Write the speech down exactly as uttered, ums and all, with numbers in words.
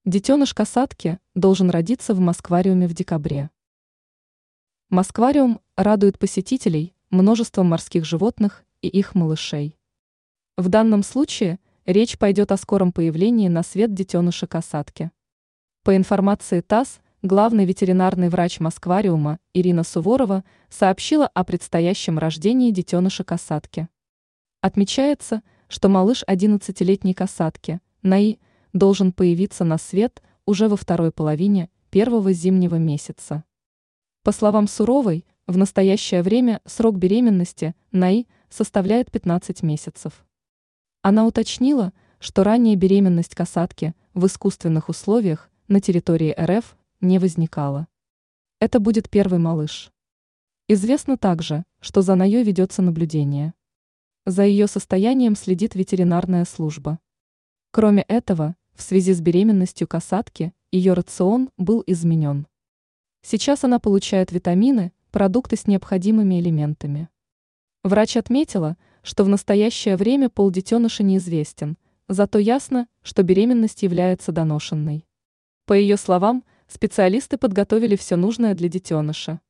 Детеныш касатки должен родиться в Москвариуме в декабре. Москвариум радует посетителей множеством морских животных и их малышей. В данном случае речь пойдет о скором появлении на свет детеныша касатки. По информации ТАСС, главный ветеринарный врач Москвариума Ирина Суворова сообщила о предстоящем рождении детеныша касатки. Отмечается, что малыш одиннадцатилетней касатки, Наи, должен появиться на свет уже во второй половине первого зимнего месяца. По словам Суровой, в настоящее время срок беременности Наи составляет пятнадцать месяцев. Она уточнила, что ранее беременность касатки в искусственных условиях на территории РФ не возникала. Это будет первый малыш. Известно также, что за Наей ведется наблюдение. За ее состоянием следит ветеринарная служба. Кроме этого, в связи с беременностью касатки ее рацион был изменен. Сейчас она получает витамины, продукты с необходимыми элементами. Врач отметила, что в настоящее время пол детеныша неизвестен, зато ясно, что беременность является доношенной. По ее словам, специалисты подготовили все нужное для детеныша.